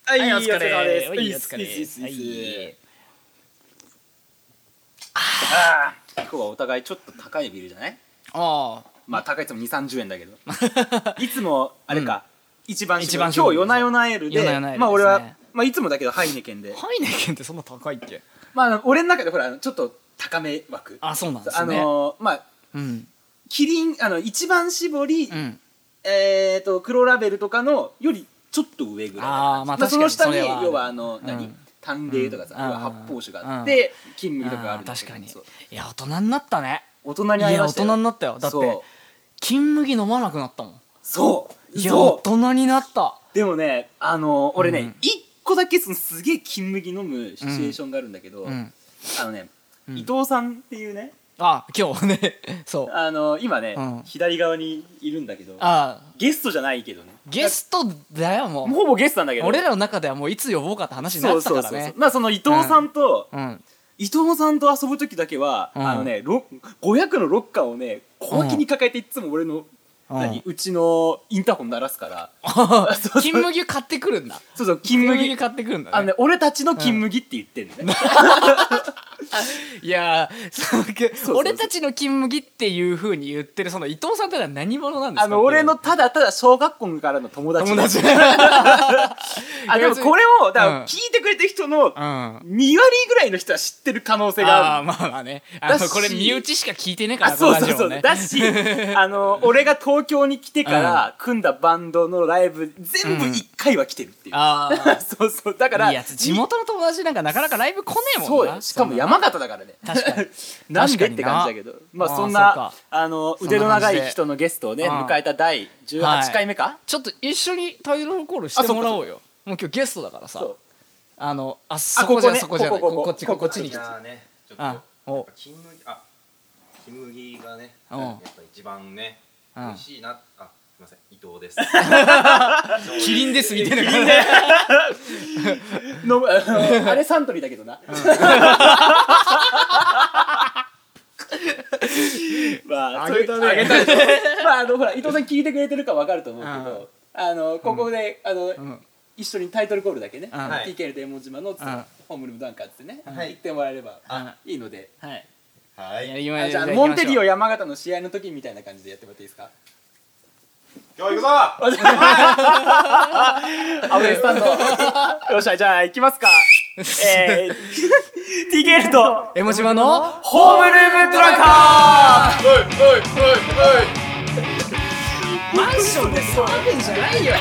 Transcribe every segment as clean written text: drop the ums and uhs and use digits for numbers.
はい、 お疲れ様です。 はい、お疲れ。 今日はお互いちょっと高いビールじゃない？ ああ、 まあ高いつも2、30円だけどいつもあれか、一番一番今日夜な夜なエールで、まあ俺はまあいつもだけどハイネケンで、 ハイネケンってそんな高いっけ？ まあ俺の中でほらちょっと高め枠。 あ、そうなんですね。 まあキリン一番搾り、黒ラベルとかのよりちょっと上ぐらい。 ああ、まあ確かにその下に要は何淡麗とかさ、発泡酒があって金麦とかがあるんだけど。 確かに。いや大人になったね。 大人になりましたよ。 いや大人になったよ。だって金麦飲まなくなったもん。 そう。 いや大人になった。 でもね、俺ね、一個だけすげえ金麦飲むシチュエーションがあるんだけど、伊藤さんっていうね、 今日ね、 そう今ね、左側にいるんだけど、ゲストじゃないけどね。 ゲストだよ、もうほぼゲストなんだけど、 俺らの中ではもういつ呼ぼうかって話になったからね。 まあその伊藤さんと遊ぶ時だけは500のロッカーをね小脇に抱えていつも俺のうちのインターホン鳴らすから、 金麦買ってくるんだ。 そうそう、金麦買ってくるんだね。 俺たちの金麦って言ってるね。 いや俺たちの金麦っていう風に言ってるその伊藤さんってのは何者なんですか？ 俺のただただ小学校からの友達。でもこれをだから聞いてくれてる人の2割ぐらいの人は知ってる可能性がある。 まあね、これ身内しか聞いてねえから。 そうだし、俺が東京に来てから組んだバンドのライブ全部1回は来てるっていう。そうだからいいやつ、地元の友達なんかなかなかライブ来ねえもんな。 そう、しかも山形だからね。 確かになんでって感じだけど、まあそんな腕の長い人のゲストをね迎えた第18回目か。 ちょっと一緒にタイトルコールしてもらおうよ。もう今日ゲストだからさ、そこじゃない、こっちに来て。 金麦がね、やっぱ一番ね美味しいな。すみません、伊藤です。 キリンですみたいな。 あれサントリーだけどな。まああげたね。まあほら伊藤さん聞いてくれてるか分かると思うけど、ここで一緒にタイトルコールだけね、TK の天文島のホームルームダンカーってね言ってもらえればいいので。 はい。 じゃあモンテディオ山形の試合の時みたいな感じでやってもらっていいですか？ 今日行くぞ。 アウェイスタンド。よっしゃ、じゃあ行きますか。TKL と江モ島のホームルームドランカー。 マンションで騒ぐんじゃないよ。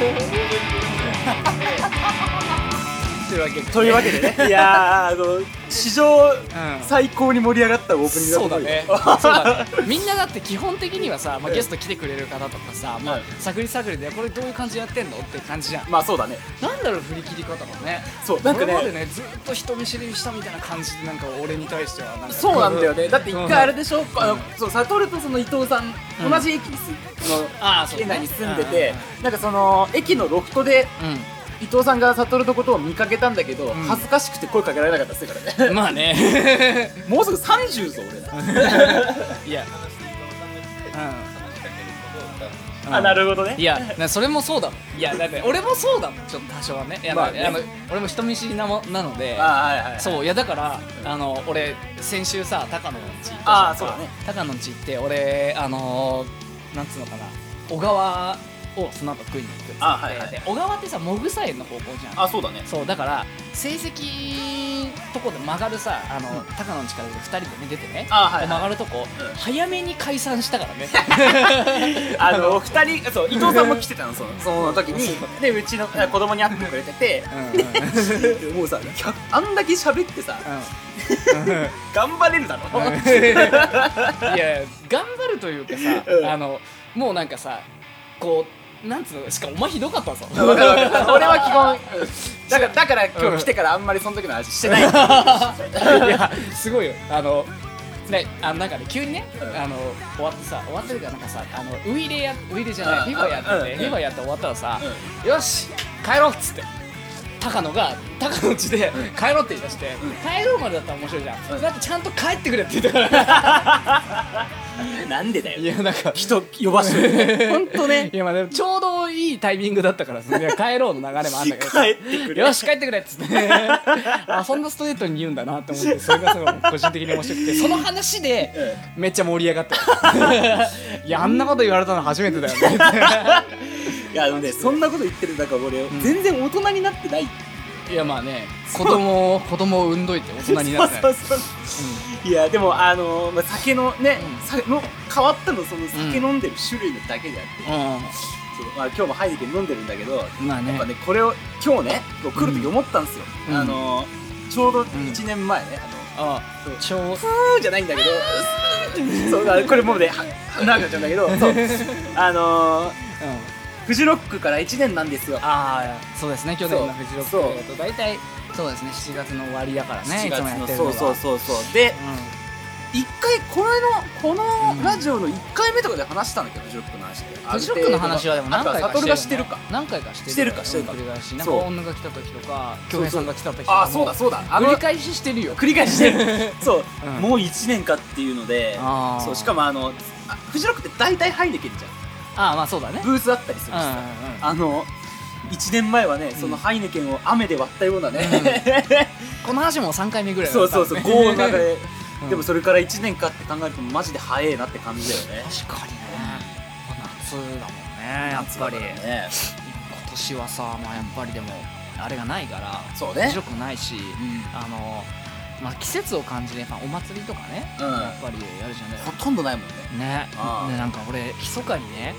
というわけでね、いや史上最高に盛り上がったオープニングだと思うよ。 そうだね。みんなだって基本的にはさ、ゲスト来てくれる方とかさ、探り探りでこれどういう感じでやってんのって感じじゃん。 まあそうだね。 なんだろう、振り切り方がね。 そうなんかね、 これまでねずっと人見知りしたみたいな感じでなんか俺に対してはなんか。 そうなんだよね。だって一回あれでしょ、そう悟とその伊藤さん同じ駅の駅内に住んでて、なんかその駅のロフトで伊藤さんが悟のことを見かけたんだけど、恥ずかしくて声かけられなかったっすからね。 まあね。 もうすぐ30ぞ俺ら。 いや、 なるほどね。 いやそれもそうだもん。いやだって俺もそうだもん、ちょっと多少はね。俺も人見知りなので、そういやだから俺先週さ高野の家行ったじゃん。高野の家行って俺なんつうのかな、小川をその後食いに行くっつって、で小川ってさモグサ園の方向じゃん。 そうだね。 そうだから成績とこで曲がるさ、高野の力で2人でね出てね、曲がるとこ早めに解散したからね。 2人、そう伊藤さんも来てたの、その時に。でうちの子供に会ってくれてて、もうさあんだけ喋ってさ頑張れるだろ。 いや頑張るというかさ、もうなんかさこうなんつうの、しかもお前ひどかったぞ。 俺は基本だから今日来てからあんまりその時の話してない。いやすごいよ。なんかね急にね終わってるからなんかさウイレじゃないフィファやって終わったらさ、よし帰ろうっつって高野の家で帰ろうって言い出して、帰ろうまでだったら面白いじゃん。だってちゃんと帰ってくれって言ったから。 なんでだよ。 いやなんか人呼ばしてる。本当ね。 いやまあでもちょうどいいタイミングだったからいや帰ろうの流れもあんだけど帰ってくれ。 よし帰ってくれっつってあそんなストレートに言うんだなって思って、それがすごい個人的に面白くて、その話でめっちゃ盛り上がっていやあんなこと言われたの初めてだよねいやね、そんなこと言ってるだから俺、全然大人になってない。 いやまあね、子供を産んどいて大人になってない。 いやでも酒のね、の変わったのその酒飲んでる種類のだけであって、今日もハイネケン飲んでるんだけど、まあね、やっぱねこれを今日ね来る時思ったんですよ。ちょうど1年前ね、ちょうふーじゃないんだけど、そうこれもうねなんかちゃうんだけど、そうフジロックから1年なんですよ。 そうですね、去年のフジロックだと大体そうですね、7月の終わりだからね、 7月のそうで、一回このラジオの1回目とかで話したんだけど、フジロックの話で。 フジロックの話はでも何回かしてるか。何回かしてるか。なんか女が来た時とか京平さんが来た時とか、 そうだ繰り返ししてるよ。 繰り返ししてる。そうもう1年かっていうので、そうしかもフジロックって大体ハイネケンじゃん。 まあそうだね、 ブースあったりするしさ、1年前はね、そのハイネケンを雨で割ったようなね、 この話も3回目ぐらいだったね。そう豪華で、でもそれから1年かって考えるとマジで早いなって感じだよね。 確かにね、夏だもんね、やっぱり。今年はさ、まあやっぱりでもあれがないから、面白くないし、まあ季節を感じるお祭りとかね、やっぱりやるじゃない。 ほとんどないもんね。 でなんか俺密かにね、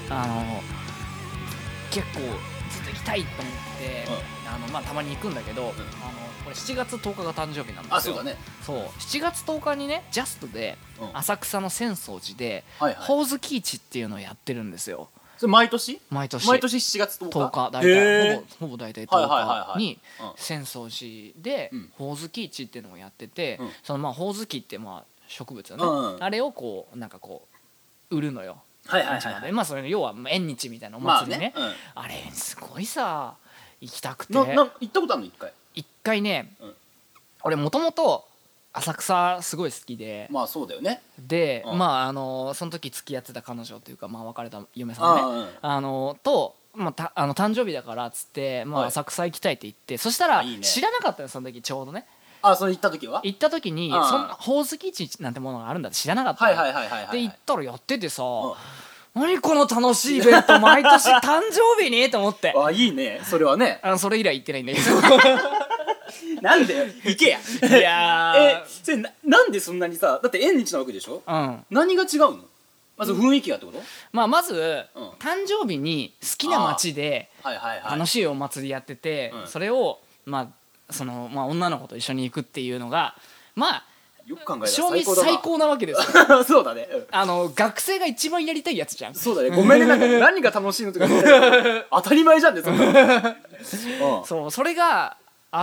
結構ずっと行きたいと思ってまあたまに行くんだけど、これ7月10日が誕生日なんですよ。 そうだね。 そう、7月10日にね、ジャストで浅草の浅草寺でほおずき市っていうのをやってるんですよ。 それ毎年 7 月10日大体ほぼ大体10日に浅草寺でほおずき市っていうのをやってて、そのまあほおずきってまあ植物よね、あれをこうなんかこう売るのよ。まあそれ要は縁日みたいなお祭りね。あれすごいさ、行きたくて。 行ったことあるの？ 一回ね、俺もともと浅草すごい好きで、 まあそうだよね。 でまあその時付き合ってた彼女というか、まあ別れた嫁さんねと、まあ誕生日だからっつって、まあ浅草行きたいって言って、そしたら知らなかったよ、その時ちょうどね。 それ行った時にそんなほおずき市なんてものがあるんだって知らなかったの。で行ったらやっててさ、何この楽しいイベント、毎年誕生日にと思って。 いいね、それはね。 それ以来行ってないんだけどなんで行けや。 いやそれなんでそんなにさ、だって縁日なわけでしょ。何が違うの？まず雰囲気がってこと？ まず誕生日に好きな街で楽しいお祭りやってて、それを女の子と一緒に行くっていうのがまあよく考えたら正味最高なわけですよ。 そうだね。 学生が一番やりたいやつじゃん。 そうだね。ごめんね、何が楽しいのとか当たり前じゃんね、そんな。 そうそれがあって、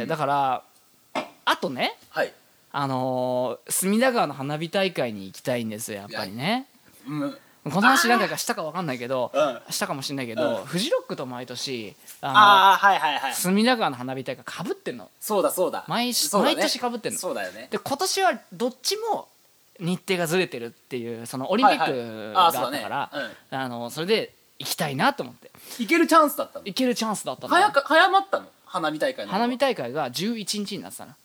だからあとね、隅田川の花火大会に行きたいんですよ、やっぱりね。この話何回かしたか分かんないけど、したかもしれないけど、フジロックと毎年隅田川の花火大会かぶってんの。 そうだ毎年かぶってんの。 そうだよね。 で今年はどっちも日程がずれてるっていう、そのオリンピックがあったから、それで行きたいなと思って。 行けるチャンスだったの。早まったの？花火大会が11日になってたの。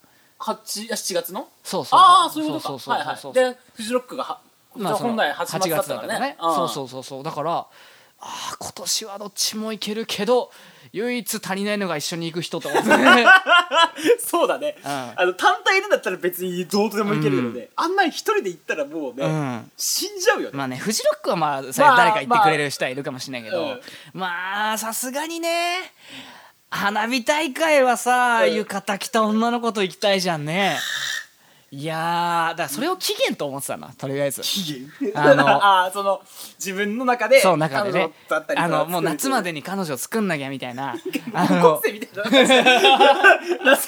7月の？ そうそういうことか。でフジロックが本来8月だったからね。 そうだから今年はどっちも行けるけど唯一足りないのが一緒に行く人と思って。 そうだね。単体でだったら別にどうとでも行けるけどね、あんなに一人で行ったらもうね、死んじゃうよね。 まあね、フジロックはまあ誰か行ってくれる人はいるかもしれないけど、まあさすがにね、花火大会はさ、浴衣着た女の子と行きたいじゃんね。いやだからそれを期限と思ってたな、とりあえず。 期限？その自分の中で。 そう、中でね。もう夏までに彼女を作んなきゃみたいな。 高校生みたいな。夏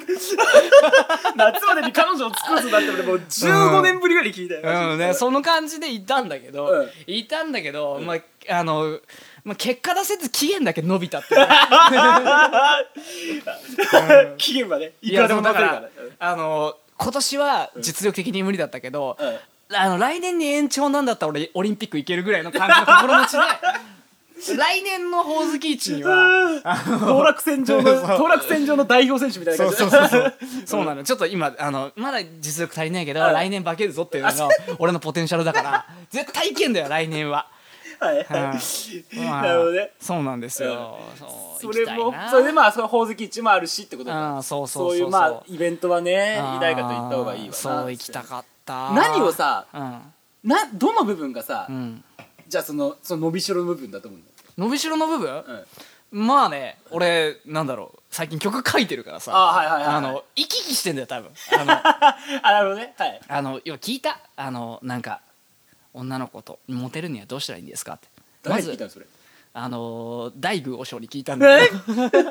までに彼女を作るぞだって俺もう15年ぶりぐらい聞いたよ。 その感じでいたんだけど、結果出せず期限だけ伸びたって。 期限はね、いくらでも出せるから。 今年は実力的に無理だったけど、 来年に延長なんだったら俺オリンピック行けるぐらいの感じの心持ちで来年のほおずき市には当落戦場の代表選手みたいな感じそうなの。ちょっと今まだ実力足りないけど来年化けるぞっていうのが俺のポテンシャルだから絶対いけんだよ来年は。 なるほどね。 そうなんですよ。 それでそのほおずき市もあるしってことか。そういうイベントはね誰かと行った方がいいわな。 そう行きたかった。 何をさどの部分がさじゃあその伸びしろの部分だと思うんだよ。 伸びしろの部分、まあね俺なんだろう最近曲書いてるからさ生き生きしてんだよ多分なるほどね。 要は聞いたなんか女の子とモテるにはどうしたらいいんですかって誰に聞いたのそれ。 大工和尚に聞いたんだけど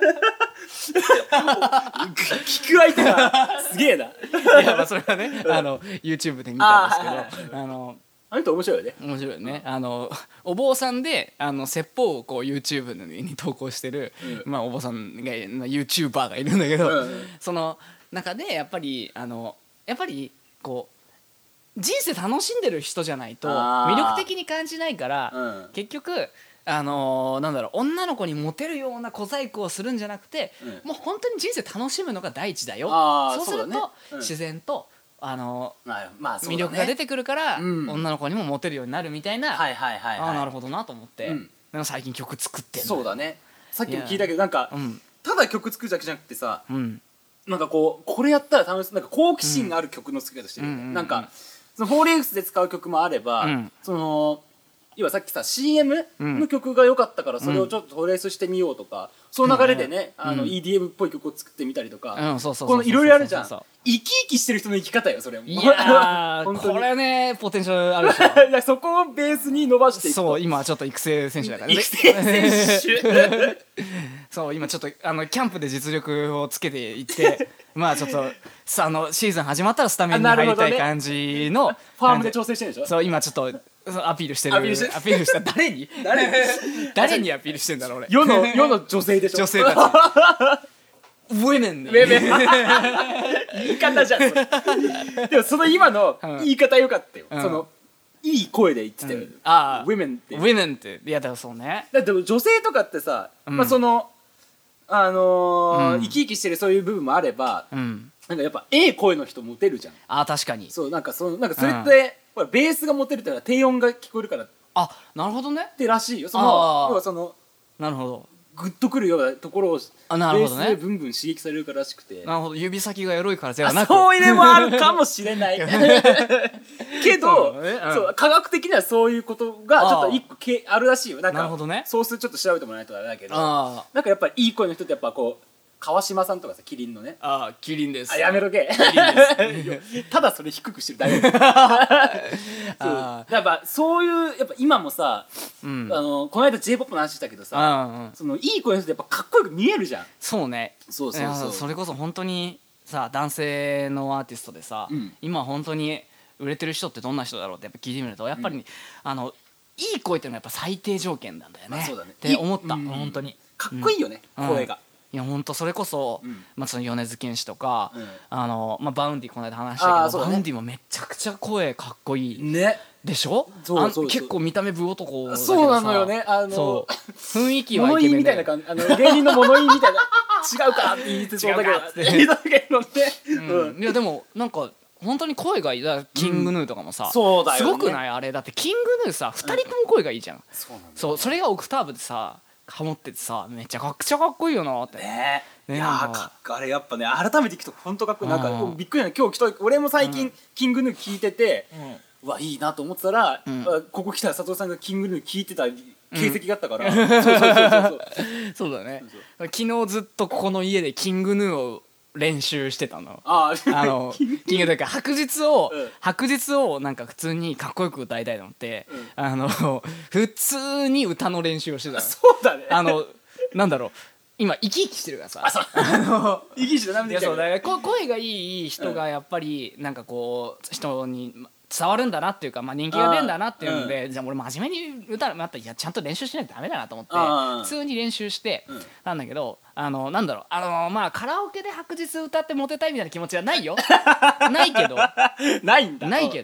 聞く相手がすげえな。 いやそれはねYouTube で見たんですけどあの人面白いよね。 面白いね。お坊さんで説法をこう YouTube に投稿してる、お坊さんが、YouTuber がいるんだけど、その中でやっぱりこう人生楽しんでる人じゃないと魅力的に感じないから、結局なんだろう女の子にモテるような小細工をするんじゃなくて、もう本当に人生楽しむのが第一だよ。そうすると、自然と魅力が出てくるから、女の子にもモテるようになるみたいな。なるほどなと思って、最近曲作ってんの。 そうだね。さっきも聞いたけどなんかただ曲作るだけじゃなくてさ、なんかこれやったら楽しいなんか好奇心がある曲の作り方してる。なんかそのフォーリーフスで使う曲もあれば、その要はさっきさ CM の曲が良かったからそれをちょっとトレースしてみようとか、その流れでねEDM っぽい曲を作ってみたりとか、このいろいろあるじゃん。生き生きしてる人の生き方よそれも。 いやこれねポテンシャルあるでしょ。 そこをベースに伸ばしていくと。 そう今ちょっと育成選手だからね。 育成選手そう今ちょっとキャンプで実力をつけていってちょっとシーズン始まったらスタメンに入りたい感じのファームで調整してるでしょ。 そう今ちょっっとアピールしてる。アピールした誰に誰にアピールしてんだろう俺。 世の女性でしょ。 女性たちウェメンね。 言い方じゃんそれ。でもその今の言い方よかったよ。そのいい声で言ってたよ。 ああウェメンって。 ウェメンっていやだからそうね。 だって女性とかってさ、まあその生き生きしてるそういう部分もあれば、なんかやっぱ声の人モテるじゃん。 あ確かに。 そうなんかそれってほらベースがモテるってのは低音が聞こえるから。 あなるほどね。 ってらしいよ。要はそのなるほど。 グッとくるようなところをベースでブンブン刺激されるからしくて。 なるほど。指先がエロいからじゃなくそういうのもあるかもしれないけどそう科学的にはそういうことがちょっと一個あるらしいよ。なんかソースちょっと調べてもらわないとあれだけど、なんかやっぱりいい声の人ってやっぱこう川島さんとかさキリンのね。 キリンです。 やめろけ。ただそれ低くしてるだけだ。やっぱそういうやっぱ今もさ、この間 J-POP の話したけどさ、そのいい声の人ってやっぱかっこよく見えるじゃん。 そうね。 そうそれこそ本当にさ男性のアーティストでさ、今本当に売れてる人ってどんな人だろうってやっぱ聞いてみるとやっぱりいい声っていうのはやっぱ最低条件なんだよね。って思った本当に。 かっこいいよね声が。 いや本当それこそ、その米津玄師とか、バウンディこの間話したけど、バウンディもめちゃくちゃ声かっこいいでしょ。結構見た目武男だけどさ。 そうなのよね。 雰囲気はイケメン物言いみたいな感じ。芸人の物言いみたいな違うかって言いそうだけどね。 いやでもなんか本当に声がいい。だキングヌーとかもさ、すごくないあれ。だってキングヌーさ2人とも声がいいじゃん。そうそれがオクターブでさハモっててさめっちゃかっこいいよなって。 いやあれやっぱね改めて聞くと本当かっこいい。なんかびっくりな今日俺も最近キングヌー聞いててうわいいなと思ってたらここ来たら佐藤さんがキングヌー聞いてた形跡があったからそうだね。昨日ずっとここの家でキングヌーを練習してたの。キングだから白日をなんか普通にかっこよく歌いたいと思って、普通に歌の練習をしてたの。 そうだね。 なんだろう今生き生きしてるからさ。 生き生きしてダメで。 そうだから声がいい人がやっぱりなんかこう人に伝わるんだなっていうか、人気が出るんだなっていうので、じゃあ俺真面目に歌またいやちゃんと練習しないとダメだなと思って普通に練習してなんだけど、なんだろうカラオケで白日歌ってモテたいみたいな気持ちはないよ。ないけどないんだ。 ないけど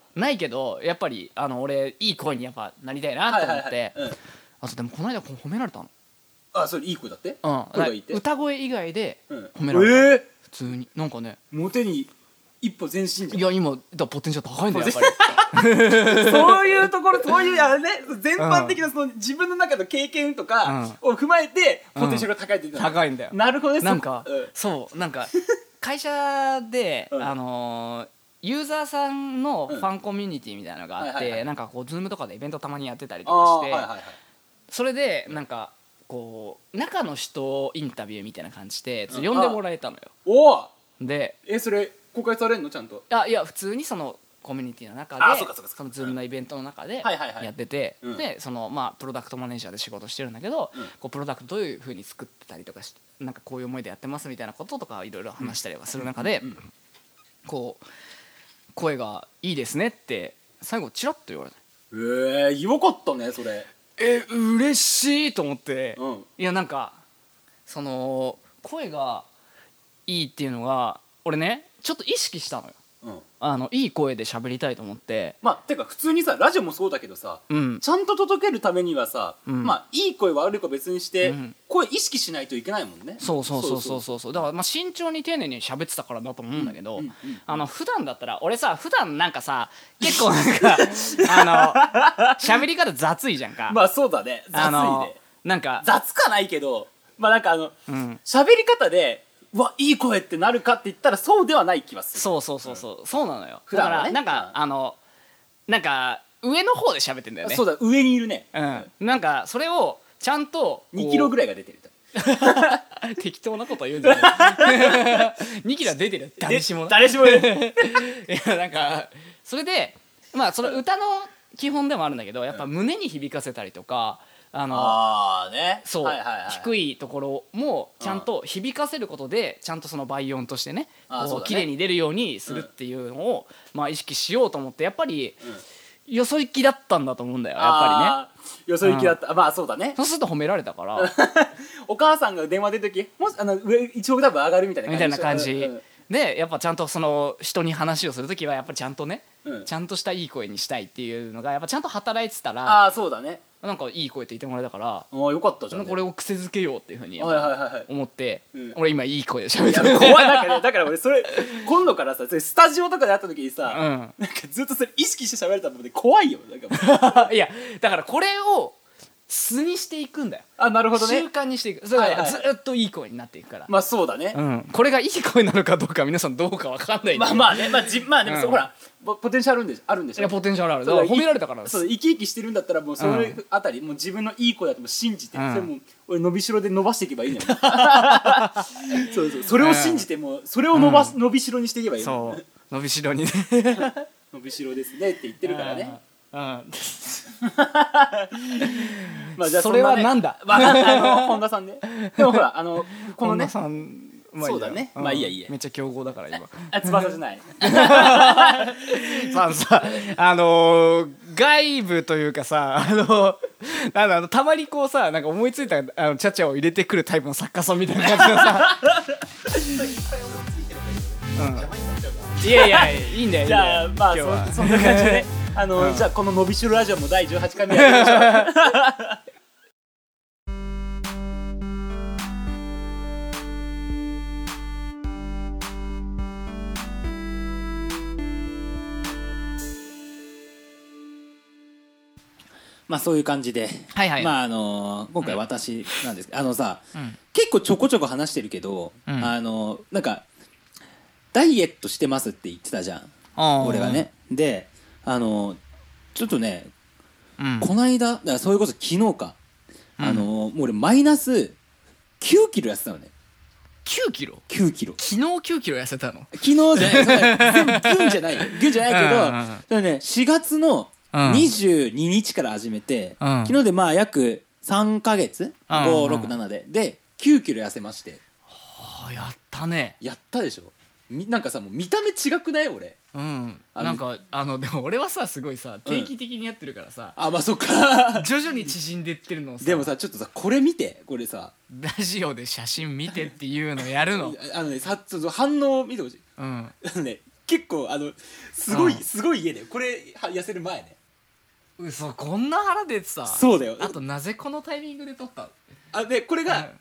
ないけどやっぱり俺いい声にやっぱなりたいなと思って、あとでもこの間褒められたの。 あ、それいい声だって？ うん、 声がいいって。 歌声以外で褒められた、普通になんかね、 モテに一歩前進じゃん。 いや今だポテンシャル高いんだよやっぱりそういうところ、そういう全般的なその自分の中の経験とかを踏まえてポテンシャルが高いって言う高いんだよ。 なるほどね。 なんかそうなんか会社でユーザーさんのファンコミュニティみたいなのがあって、なんかこうズームとかでイベントたまにやってたりとかして、それでなんかこう中の人インタビューみたいな感じで呼んでもらえたのよ。 おお。 でそれ公開されるのちゃんと？ いや普通にそのコミュニティの中でそのズームのイベントの中でやってて、でそのプロダクトマネージャーで仕事してるんだけど、こうプロダクトどういう風に作ってたりとかして、なんかこういう思いでやってますみたいなこととかいろいろ話したりとかする中で、こう声がいいですねって最後チラッと言われた。 よかったねそれ。 嬉しいと思って、いやなんかその声がいいっていうのが俺ねちょっと意識したのよ。いい声で喋りたいと思って。 てか普通にさラジオもそうだけどさ、ちゃんと届けるためにはさ、いい声悪い声別にして、声意識しないといけないもんね。 そうだから慎重に丁寧に喋ってたからだと思うんだけど、普段だったら俺さ普段なんかさ結構なんか喋り方雑いじゃんか。 そうだね、雑いね。 なんか雑かないけどなんか喋り方でいい声ってなるかって言ったらそうではない気はする。 そうなのよ。だからなんかなんか上の方で喋ってんだよね。 そうだ、上にいるね。 なんかそれをちゃんと 2キロぐらいが出てる。 適当なこと言うんじゃない2キロ出てる誰しもいやなんかそれでその歌の基本でもあるんだけど、やっぱ胸に響かせたりとかそう低いところもちゃんと響かせることでちゃんとその倍音としてね綺麗に出るようにするっていうのを意識しようと思って、やっぱりよそ行きだったんだと思うんだよやっぱりね。よそ行きだった。そうだね。 そうすると褒められたからお母さんが電話出るときもし上1億多分上がるみたいな感じで、やっぱちゃんとその人に話をするときはやっぱりちゃんとね、ちゃんとしたいい声にしたいっていうのがやっぱちゃんと働いてたら、 そうだね。 なんかいい声って言ってもらえたから、 よかったじゃん。 これを癖づけようっていうふうに思って、俺今いい声で喋ってる。怖い。だから俺それ今度からさ、スタジオとかで会った時にさ、なんかずっとそれ意識して喋れたので怖いよ。 いやだからこれを素にしていくんだよ。 なるほどね。 習慣にしていく。それがずっといい声になっていくから。 そうだね。 これがいい声なのかどうか皆さんどうかわかんない。 でもほらポテンシャルあるんでしょ。 いやポテンシャルある。だから褒められたからです。 そう生き生きしてるんだったらもうそれあたりもう自分のいい声だと信じて、それも俺伸びしろで伸ばしていけばいいのよ。それを信じてもうそれを伸びしろにしていけばいいの。 伸びしろにね。 伸びしろですねって言ってるからね。 それはなんだ。 本田さんね。でもほらこのね。そうだね。いいや。 めっちゃ強豪だから今。 翼じゃない。 さ外部というかさたまにこうさなんか思いついたチャチャを入れてくるタイプの作家さんみたいな感じのさ。いやいいんだよ。 じゃあそんな感じでね。じゃあこの伸びしろラジオも第18回目やりましょう。そういう感じで、今回私なんですけど、結構ちょこちょこ話してるけど、なんかダイエットしてますって言ってたじゃん、俺がね。でちょっとね、この間だからそれこそ昨日か、もう俺マイナス9キロ痩せたのね。 9キロ 9キロ昨日9キロ痩せたの？ 昨日じゃない全部グンじゃないけど、ね、4月の22日から始めて、昨日で約3ヶ月、567で9キロ痩せまして。 やったね。 やったでしょ。なんかさもう見た目違くない俺。 なんかでも俺はさすごいさ定期的にやってるからさ、 そっか。 徐々に縮んでってるのをさ。 でもさちょっとさこれ見て、これさラジオで写真見てっていうのやるの。 反応を見てほしい。9 結構すごい家だよこれ痩せる前ね。 嘘、こんな腹出てた。 そうだよ。 あとなぜこのタイミングで撮ったの？でこれが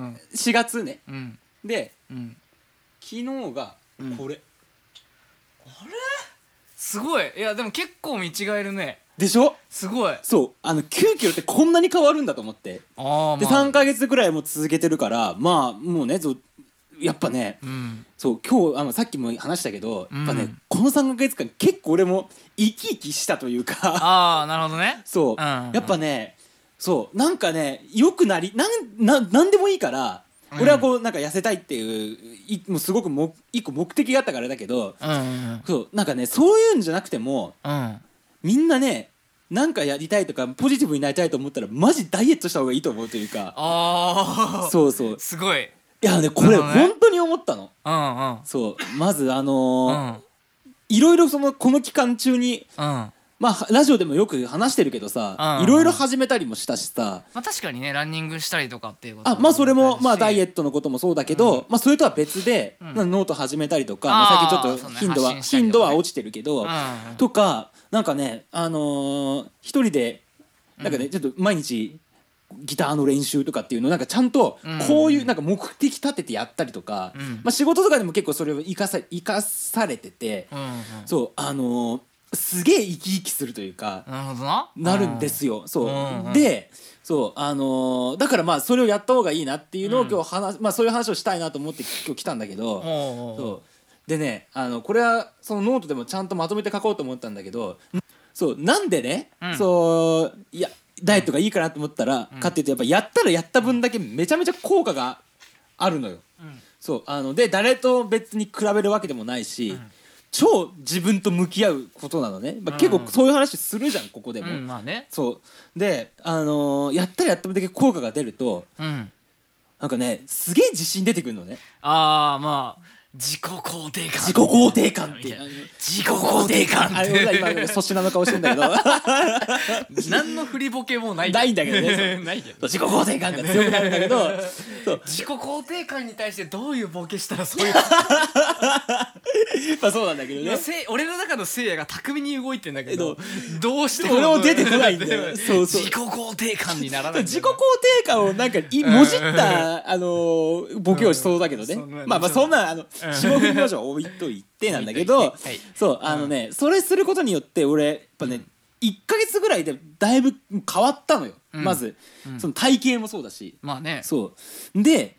4月ね、で、昨日がこれ、 あれすごい。いやでも結構見違えるね。 でしょ。 すごい。 そう9キロってこんなに変わるんだと思って。で3ヶ月ぐらいも続けてるから、まあもうねやっぱね、そう今日さっきも話したけど、やっぱねこの3ヶ月間結構俺も生き生きしたというかああなるほどね。 そう、やっぱねそうなんかねよくなりなんでもいいから、俺はこうなんか痩せたいっていうもうすごく一個目的があったからだけど、そうなんかねそういうんじゃなくても、みんなねなんかやりたいとかポジティブになりたいと思ったらマジダイエットした方がいいと思うというか。そうそうすごい。 いやねこれ本当に思ったの。そうまずいろいろこの期間中に、まあラジオでもよく話してるけどさ、いろいろ始めたりもしたしさ、 まあ確かにねランニングしたりとかっていうことまあそれもまあダイエットのこともそうだけど、まあそれとは別でノート始めたりとか、まあ最近ちょっと頻度は落ちてるけどとか、なんかね一人でなんかねちょっと毎日ギターの練習とかっていうのをなんかちゃんとこういうなんか目的立ててやったりとか、まあ仕事とかでも結構それを生かされてて、そうすげえ生き生きするというかなるんですよ。そうでそうだからまあそれをやった方がいいなっていうのを今日まあそういう話をしたいなと思って今日来たんだけど、そうでねこれはそのノートでもちゃんとまとめて書こうと思ったんだけど、そうなんでね、そういやダイエットがいいかなと思ったら、かっていうとやっぱやったらやった分だけめちゃめちゃ効果があるのよ。そうで誰と別に比べるわけでもないし、超自分と向き合うことなのね、まあ、結構そういう話するじゃんここでも。 まあね。 そうでやったらやった分だけ効果が出ると、なんかねすげえ自信出てくるのね。 まあ自己肯定感って自己肯定感って今粗品の顔してんだけど何の振りボケもないんだけどね自己肯定感が強くなるんだけど自己肯定感に対してどういうボケしたらそういうまあそうなんだけどね。 俺の中のせいやが巧みに動いてんだけどどうしても俺も出てこないんだよ。 自己肯定感にならない。 自己肯定感をなんかもじったボケをしそうだけどね。まあそんな霜降り明星は置いといてなんだけど、そうそれすることによって俺やっぱね1ヶ月ぐらいでだいぶ変わったのよ。まずその体型もそうだし、 まあね。 そうで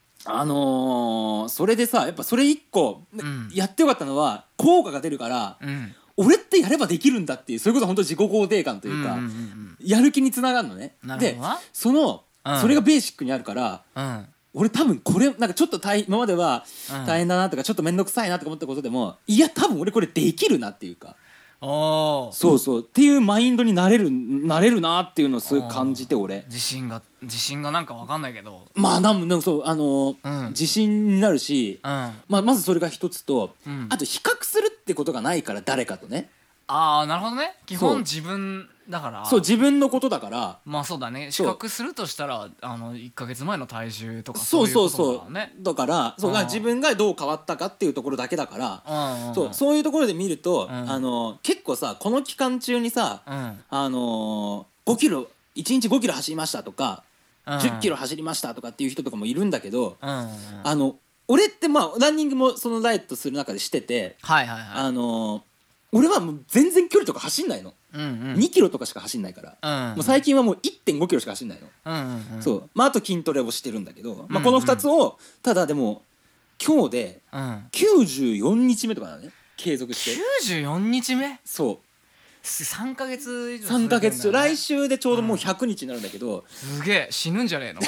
それでさやっぱそれ1個やってよかったのは効果が出るから、俺ってやればできるんだっていう、それこそ本当自己肯定感というかやる気につながるのね。でそれがベーシックにあるから、俺多分これなんかちょっと今までは大変だなとかちょっと面倒くさいなとか思ったことでも、いや多分俺これできるなっていうか、そうっていうマインドになれるなっていうのをすごい感じて、俺自信がなんか分かんないけど、 まあなんかそう自信になるし、まずそれが一つと、あと比較するってことがないから誰かとね。 なるほどね。基本自分だから。 そう自分のことだから。 まあそうだね。比較するとしたら1ヶ月前の体重とかそういうことだからね。 だから自分がどう変わったかっていうところだけだから、そういうところで見ると結構さこの期間中にさ5キロ1日5キロ走りましたとか10キロ走りましたとかっていう人とかもいるんだけど、俺ってまあランニングもそのダイエットする中でしてて、俺はもう全然距離とか走んないの。2キロとかしか走んないから、もう最近はもう 1.5 キロしか走んないの。そうまああと筋トレをしてるんだけど、まあこの2つをただでも今日で94日目とかなのね、継続して。 94日目？ そう 3ヶ月以上。 3ヶ月中来週でちょうどもう100日になるんだけど、 すげえ死ぬんじゃねえの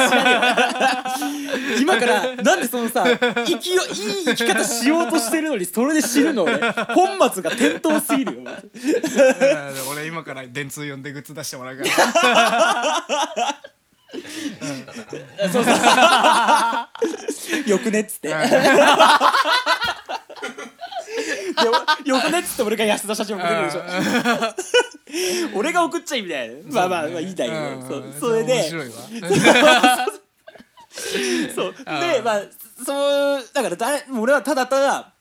今からなんでそのさいい生き方しようとしてるのにそれで死ぬの俺本末が転倒すぎるよ俺今から電通呼んでグッズ出してもらうからよくねっつってよくねっつって俺が安田社長送ってくるでしょ俺が送っちゃいみたいな。まあいいんだけど、それで面白いわそうでまあそうだから俺はただただ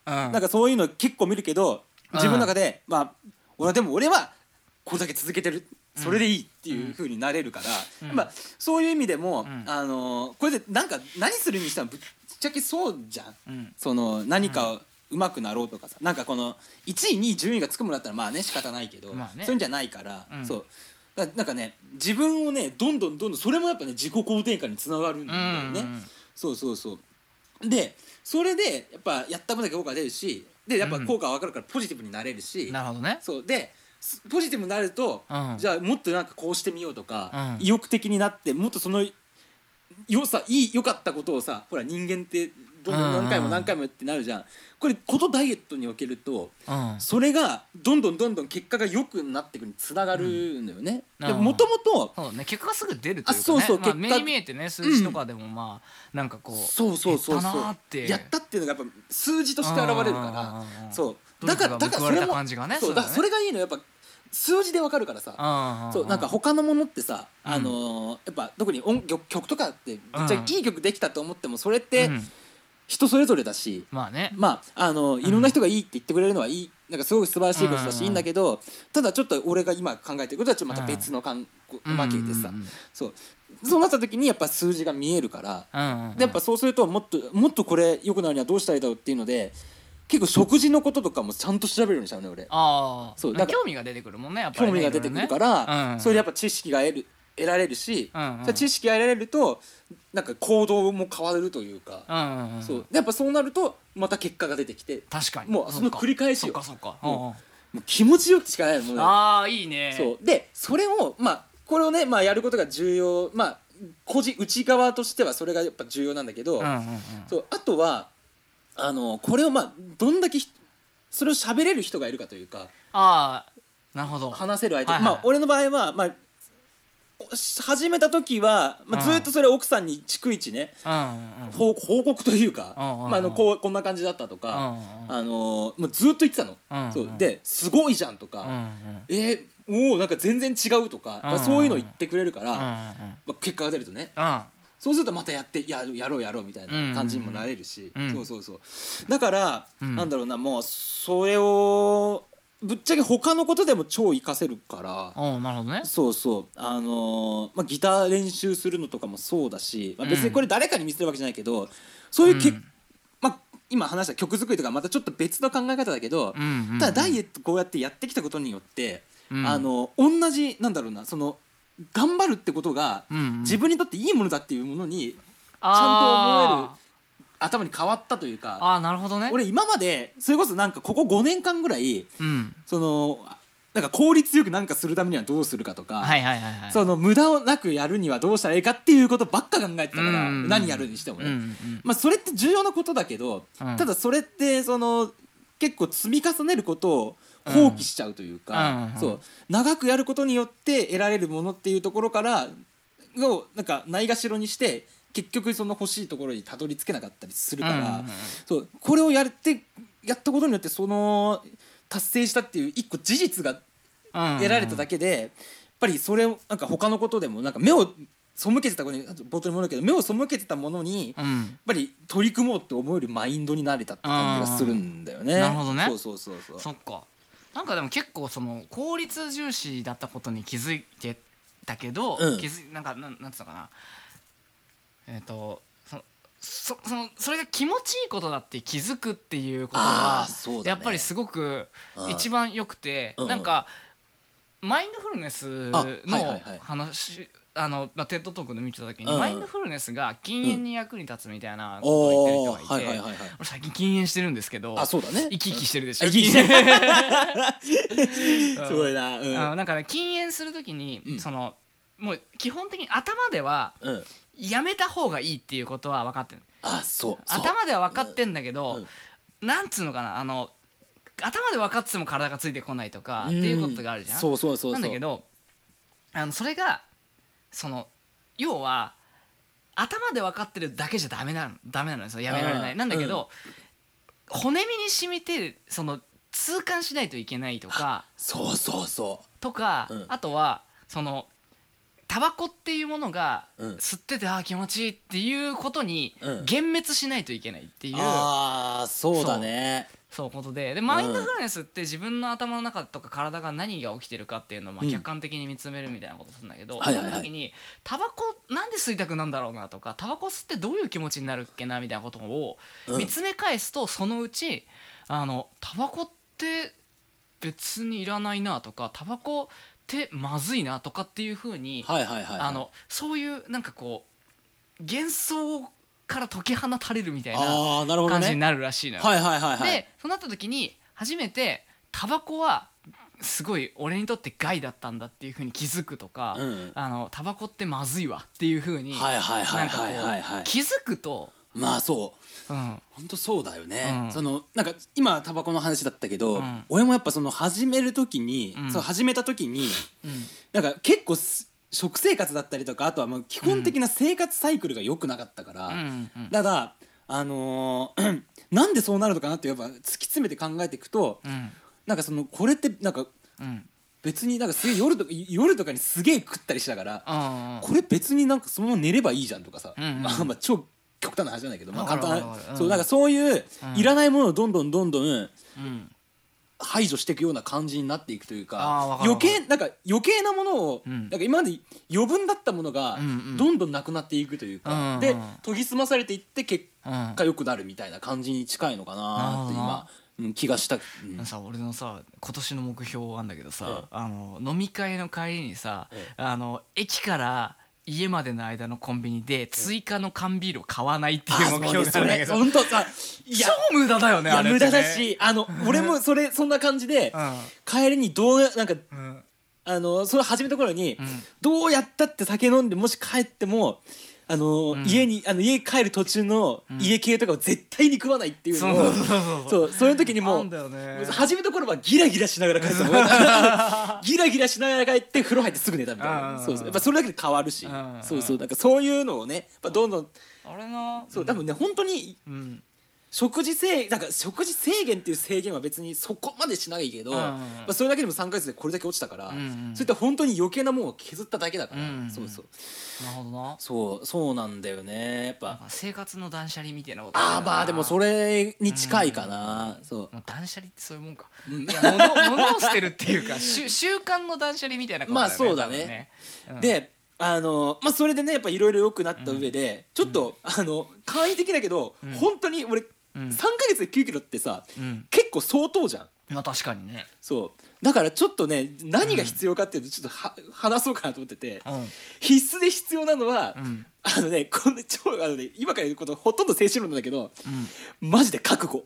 なんかそういうの結構見るけど、自分の中でまあ俺はこれだけ続けてる、それでいいっていう風になれるから、まあそういう意味でもこれでなんか何するにしてもぶっちゃけそうじゃん。その何か上手くなろうとかさ、なんかこの1位2位順位がつくものだったらまあね仕方ないけど、そういうんじゃないから、そうなんかね自分をねどんどんそれもやっぱね自己肯定感につながるんだよね。そうでそれでやっぱやった分だけ効果が出るし、でやっぱ効果は分かるからポジティブになれるし、 なるほどね。 そうでポジティブになると、じゃあもっとなんかこうしてみようとか、意欲的になってもっとその良かったことをさ、ほら人間ってどんどん何回も何回もってなるじゃん。これことダイエットにおけると、それがどんどん結果が良くなっていくにつながるのよね。もともと結果がすぐ出るというかね、目に見えてね、数字とかでもまあなんかこうそうやったっていうのがやっぱ数字として現れるから、そうだからそれもそれがいいのやっぱ数字でわかるからさ。そうなんか他のものってさ、やっぱ特に曲とかってじゃあいい曲できたと思ってもそれって人それぞれだし、 まあね、 まあいろんな人がいいって言ってくれるのはいい、なんかすごく素晴らしいことだしいいんだけど、ただちょっと俺が今考えてることはちょっとまた別のわけでさ、そうなった時にやっぱ数字が見えるから、でやっぱそうするともっとこれ良くなるにはどうしたらいいだろうっていうので、結構食事のこととかもちゃんと調べるようにしたのね俺。 そうだから興味が出てくるもんね、やっぱりね。 興味が出てくるから、それでやっぱ知識が得られるし、知識が得られるとなんか行動も変わるというか、そうやっぱそうなるとまた結果が出てきて、 確かにもうその繰り返しよ。 もう気持ちよくしかないもんね。 いいね。 そうでそれをこれをねやることが重要、内側としてはそれがやっぱ重要なんだけど、そうあとはこれをどんだけそれを喋れる人がいるかというか、 なるほど、 話せる相手、俺の場合は始めた時は、ずっとそれ奥さんに逐一ね、報告というか、こんな感じだったとか、もうずっと言ってたの。そうですごいじゃんとか、もうなんか全然違うとか、そういうの言ってくれるから、結果が出るとね、そうするとまたやろうみたいな感じにもなれるし、そうだからなんだろうな、もうそれをぶっちゃけ他のことでも超活かせるから。 なるほどね。 ギター練習するのとかもそうだし、別にこれ誰かに見せるわけじゃないけど、そういう今話した曲作りとかまたちょっと別の考え方だけど、ただダイエットこうやってやってきたことによって、同じなんだろうな、その頑張るってことが自分にとっていいものだっていうものにちゃんと思える頭に変わったというか。 なるほどね。 俺今までそれこそなんかここ5年間ぐらい、そのなんか効率よくなんかするためにはどうするかとか、その無駄をなくやるにはどうしたらいいかっていうことばっか考えてたから、何やるにしてもね、それって重要なことだけど、ただそれってその結構積み重ねることを放棄しちゃうというか、そう長くやることによって得られるものっていうところからをなんかないがしろにして結局その欲しいところにたどり着けなかったりするから、そうこれをやったことによってその達成したっていう一個事実が得られただけで、やっぱりそれをなんか他のことでもなんか目を背けてたことに冒頭にもあるけど、目を背けてたものにやっぱり取り組もうって思えるマインドになれたって感じがするんだよね。 なるほどね。 そうそっか。なんかでも結構その効率重視だったことに気づいてたけど、なんかなんつうのかな、それが気持ちいいことだって気づくっていうことはやっぱりすごく一番よくて、なんかマインドフルネスの話、テッドトークで見てた時に、マインドフルネスが禁煙に役に立つみたいなことを言ってる人がいて、俺最近禁煙してるんですけど、 そうだね、 生き生きしてるでしょ。 すごいな。 なんかね、禁煙する時にそのもう基本的に頭ではやめた方がいいっていうことは分かってる。頭では分かってんだけど、なんつうのかな、頭で分かってても体がついてこないとかっていうことがあるじゃん。なんだけどそれがその要は頭で分かってるだけじゃダメなのですよ。やめられない。なんだけど骨身に染みてその痛感しないといけないとか、とかあとはそのタバコっていうものがうん吸ってて気持ちいいっていうことに幻滅しないといけないっていう、 そうだね。 そうことでマインドフルネスって自分の頭の中とか体が何が起きてるかっていうのを客観的に見つめるみたいなことするんだけど、その時にタバコなんで吸いたくなんだろうなとか、タバコ吸ってどういう気持ちになるっけなみたいなことを見つめ返すと、そのうちタバコって別にいらないなとか、タバコってまずいなとかっていう風に、そういうなんかこう幻想から解き放たれるみたいな感じになるらしいのよ。でそうなった時に初めてタバコはすごい俺にとって害だったんだっていう風に気づくとか、タバコってまずいわっていう風になんかこう気づくと、 まあそう本当そうだよね。そのなんか今タバコの話だったけど、俺もやっぱその始める時に、そう始めた時に、なんか結構食生活だったりとか、あとはもう基本的な生活サイクルが良くなかったから、だからなんでそうなるのかなってやっぱ突き詰めて考えていくと、なんかそのこれってなんか別になんかすげえ夜とかにすげえ食ったりしながら、これ別になんかそのまま寝ればいいじゃんとかさ、まあ超極端な話じゃないけど、まあ簡単な、そうなんかそういういらないものをどんどん排除していくような感じになっていくというか、余計なものをなんか今まで余分だったものがどんどんなくなっていくというか、で研ぎ澄まされていって結果良くなるみたいな感じに近いのかなって今気がした。 さ俺のさ今年の目標あんだけどさ、飲み会の帰りにさ、駅から家までの間のコンビニで追加の缶ビールを買わないっていう目標があるんだけど、 本当さ超無駄だよね。あれ無駄だし、俺もそんな感じで帰りになんかそれ始めた頃にどうやったって酒飲んでもし帰っても家帰る途中の家系とかを絶対に食わないっていうのを、そういう時にも始めた頃はギラギラしながら帰ってギラギラしながら帰って風呂入ってすぐ寝たみたいな、やっぱそれだけで変わるし、なんかそういうのをねやっぱどんどん多分ね本当に食事制限っていう制限は別にそこまでしないけど、それだけでも3ヶ月でこれだけ落ちたから、そういった本当に余計なものを削っただけだから、 なるほどな。 そうなんだよね。やっぱ生活の断捨離みたいなこと。 まあでもそれに近いかな。 断捨離ってそういうもんか。物を捨てるっていうか習慣の断捨離みたいなことだよね。 まあそうだね。でそれでねやっぱいろいろ良くなった上で、ちょっと簡易的だけど本当に俺3ヶ月で9キロってさ、結構相当じゃん。 まあ確かにね。 そうだからちょっとね何が必要かっていうとちょっと話そうかなと思ってて、必須で必要なのはこれ今から言うことほとんど静止論なんだけど、マジで覚悟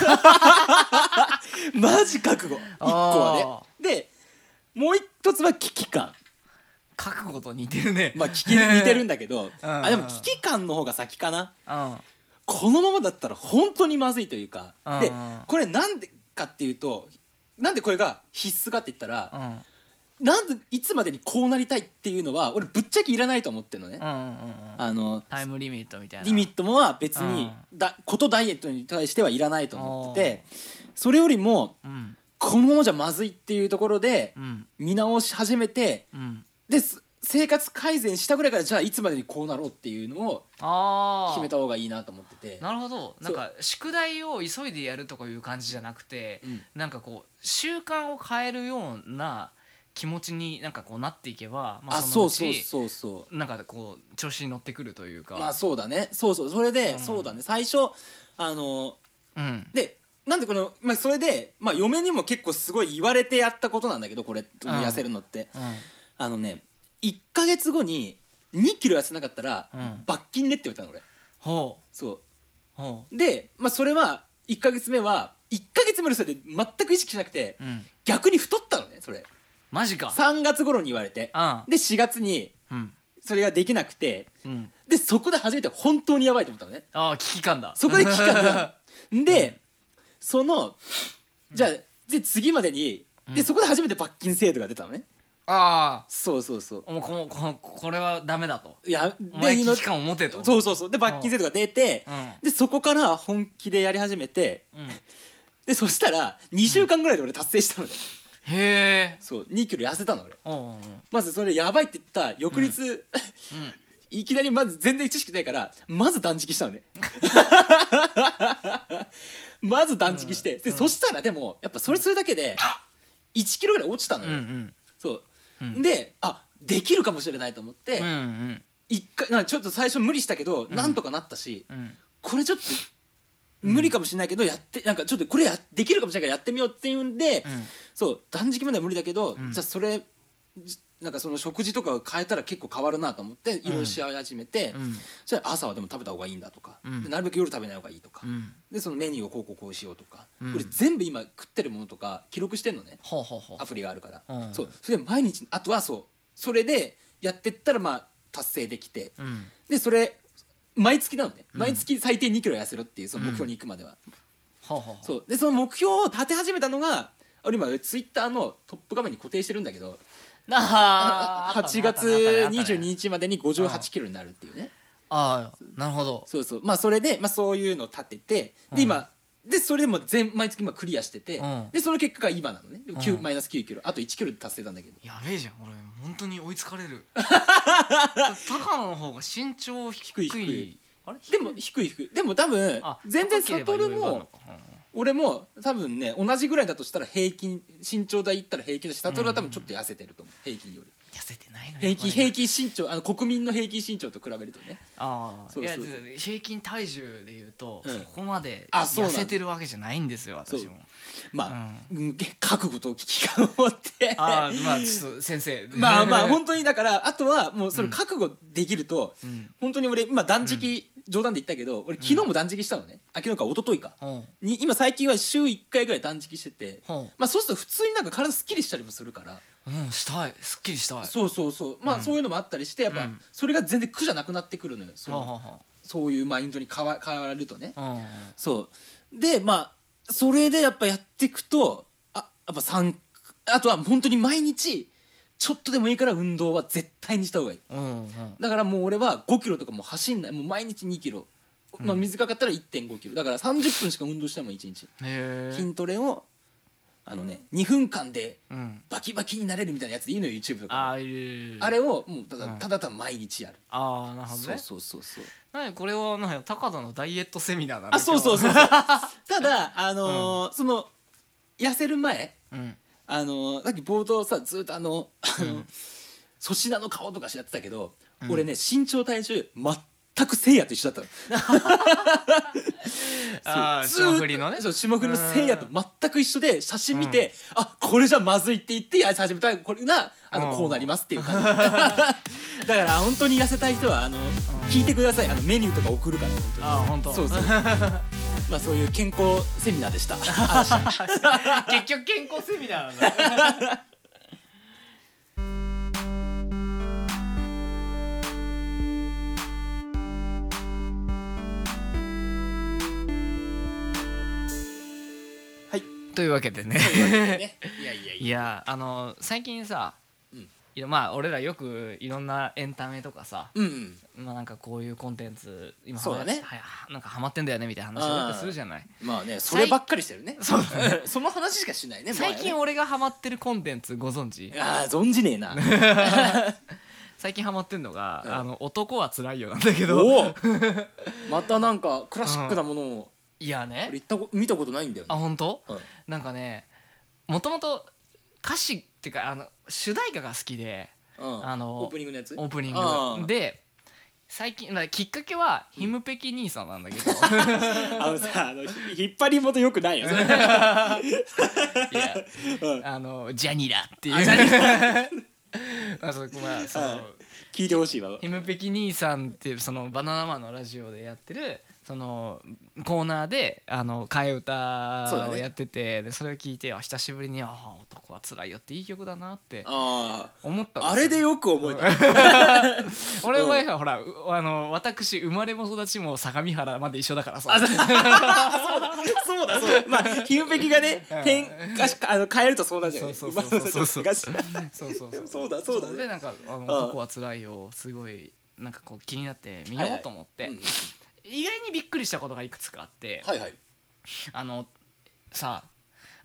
マジ覚悟1個はね。でもう一つは危機感。 覚悟と似てるね。 まあ似てるんだけどでも危機感の方が先かな。このままだったら本当にまずいというか、でこれなんでかっていうと、なんでこれが必須かって言ったら、なんでいつまでにこうなりたいっていうのは俺ぶっちゃけいらないと思ってるのね。 タイムリミットみたいなリミットもは別にダイエットに対してはいらないと思ってて、それよりもこのままじゃまずいっていうところで見直し始めて、で生活改善したぐらいからじゃあいつまでにこうなろうっていうのを決めた方がいいなと思ってて。 なるほど。なんか宿題を急いでやるとかいう感じじゃなくて、なんかこう習慣を変えるような気持ちになんかこうなっていけば、そのうちなんかこう調子に乗ってくるというか。 まあそうだね。それでそうだね。最初でなんでこのそれで嫁にも結構すごい言われてやったことなんだけど、これ痩せるのって1ヶ月後に2キロ痩せなかったら罰金ねって言われたの俺。でそれは1ヶ月目は1ヶ月目のそれで全く意識しなくて、逆に太ったのねそれ。 マジか。 3月頃に言われて、で4月にそれができなくて、でそこで初めて本当にやばいと思ったのね。 危機感だ。 そこで危機感だでじゃあで次までにでそこで初めて罰金制度が出たのね。そうこれはダメだと。 いやお前危機感を持てと。 で罰金制度が出て、でそこから本気でやり始めて、でそしたら2週間ぐらいで俺達成したのね。 へえ。 そう2キロ痩せたの俺。まずそれやばいって言った翌日、いきなりまず全然知識ないからまず断食したのねまず断食して、でそしたらでもやっぱそれするだけで1キロぐらい落ちたのよ。そうでできるかもしれないと思って、一回ちょっと最初無理したけどなんとかなったし、これちょっと無理かもしれないけどやってなんかちょっとこれできるかもしれないからやってみようっていうんで、そう断食までは無理だけど、じゃあそれなんかその食事とかを変えたら結構変わるなと思っていろいろし始めて、それ朝はでも食べた方がいいんだとか、でなるべく夜食べない方がいいとか、でそのメニューをこうしようとか、俺全部今食ってるものとか記録してんのね、アプリがあるから、そうそれで毎日あとはそれでやってったらまあ達成できて、でそれ毎月なのね、毎月最低2キロ痩せろっていうその目標に行くまでは、そうでその目標を立て始めたのが俺今ツイッターのトップ画面に固定してるんだけど、8月22日までに58キロになるっていうね。 ああなるほど。 そうそうまあそれで、まあ、そういうのを立ててで今でそれでも毎月今クリアしてて、でその結果が今なのね。マイナス9キロあと1キロで達成なんだけど。 やべえじゃん俺本当に追いつかれる高野の方が身長低い。 あれでも低いでも多分全然悟も俺も多分ね同じぐらいだとしたら平均身長で言ったら平均だし、悟は多分ちょっと痩せてると思う、平均より。 痩せてないの平均身長国民の平均身長と比べるとね。 いや平均体重でいうとそこまで痩せてるわけじゃないんですよ私も。 まあ覚悟と危機感を持ってまあちょっと先生まあ本当にだからあとはもうそれ覚悟できると本当に俺今断食冗談で言ったけど俺昨日も断食したのね。昨日か一昨日か今最近は週1回ぐらい断食してて、まあそうすると普通になんか体すっきりしたりもするから。 したいすっきりしたい。 そうまあそういうのもあったりしてやっぱそれが全然苦じゃなくなってくるのよ。そういうマインドに変わるとね。そうでまあそれでやっぱやっていくとやっぱあとは本当に毎日ちょっとでもいいから運動は絶対にした方がいい。だからもう俺は5キロとかも走んない、もう毎日2キロ、まあ水かかったら 1.5 キロだから30分しか運動しても1日筋トレを2分間でバキバキになれるみたいなやつでいいのよ YouTube とか。あれをもうただ毎日やる。 なるほどね。 そうこれは高田のダイエットセミナーなんだ。 そうただその痩せる前さっき冒頭さずっと粗品の顔とかやってたけど、俺ね身長体重全くせいやと一緒だったの。 霜降りのね。 霜降りのせいやと全く一緒で写真見てこれじゃまずいって言ってやり始めたらこれがこうなりますっていう感じだから本当に痩せたい人は聞いてください。メニューとか送るから本当。 そうまあそういう健康セミナーでした結局健康セミナーなんだというわけでねいや最近さ、まあ俺らよくいろんなエンタメとかさ、まあなんかこういうコンテンツ今なんかハマってんだよねみたいな話をよくするじゃない。 まあねそればっかりしてるね。その話しかしないね。 最近俺がハマってるコンテンツご存知？ 存じねえな最近ハマってんのが男はつらいよなんだけどまたなんかクラシックなものをいやね見たことないんだよね。 本当？なんかねもともと歌詞っていうか主題歌が好きでオープニングのやつオープニングで最近きっかけはヒムペキ兄さんなんだけど引っ張り元よくないよいやジャニラっていう聞いてほしいわ。 ヒムペキ兄さんっていうそのバナナマンのラジオでやってるそのコーナーで替え歌をやっててでそれを聞いて久しぶりに男はつらいよっていい曲だなって思ったんですよ。 あれでよく覚えた俺はほら私生まれも育ちも相模原まで一緒だからさそうだまあヒムペキがね変えるとそうなんじゃない。 そうだでなんか男はつらいよすごいなんかこう気になって見ようと思って意外にびっくりしたことがいくつかあってさ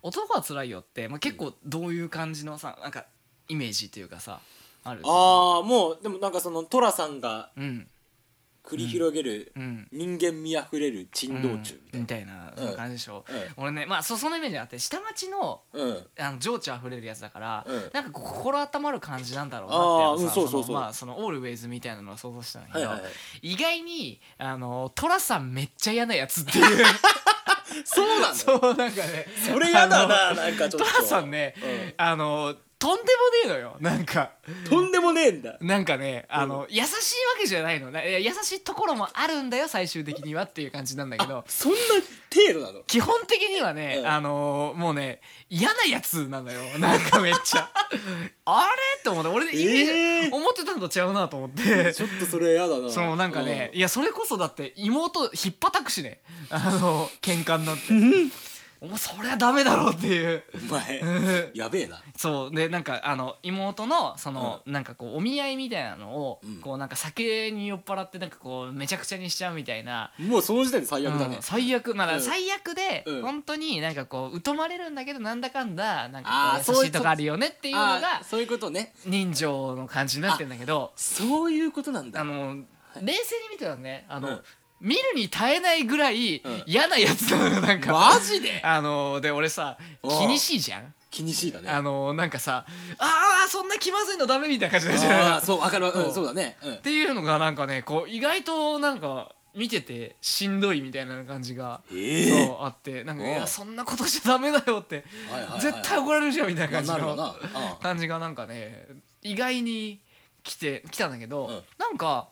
男はつらいよって、まあ、結構どういう感じのさなんかイメージというかさある。 ああもうでもなんかその寅さんがうん繰り広げるうん人間味あふれる珍道中みたいな感じでしょ、 うん俺ねまあそのイメージがあって下町の情緒あふれるやつだから、 うんなんかこう心温まる感じなんだろうなってそうそうそうまあそのオールウェイズみたいなのを想像したんだけど、 はいはいはい意外に寅さんめっちゃ嫌なやつっていうそうなのそうなんかねそれやだななんかちょっと寅さんね、とんでもねえのよなんかとんでもねえんだなんかね優しいわけじゃないの優しいところもあるんだよ最終的にはっていう感じなんだけどそんな程度なの基本的にはね、もうね嫌なやつなのよなんかめっちゃあれって思って俺イメージ、思ってたのと違うなと思ってちょっとそれやだなそうなんかね、いやそれこそだって妹ひっぱたくしね喧嘩になってお前そりゃダメだろっていうお前やべえなそうでなんか妹のその、なんかこうお見合いみたいなのを、こうなんか酒に酔っ払ってなんかこうめちゃくちゃにしちゃうみたいなもうその時点で最悪だね、 最悪まあ最悪で、本当になんかこう疎まれるんだけどなんだかんだなんかこう優しいとこあるよねっていうのがそういうことね人情の感じになってるんだけどそういうことなんだ冷静に見てたらね見るに耐えないぐらい嫌なやつなのよなんかマジでで俺さ気にしいじゃん気にしいだねなんかさそんな気まずいのダメみたいな感じになっちゃうそう分かるそうだねっていうのがなんかねこう意外となんか見ててしんどいみたいな感じがそうあってなんかいやそんなことしちゃダメだよって絶対怒られるじゃんみたいな感じの感じがなんかね意外に来たんだけどなんか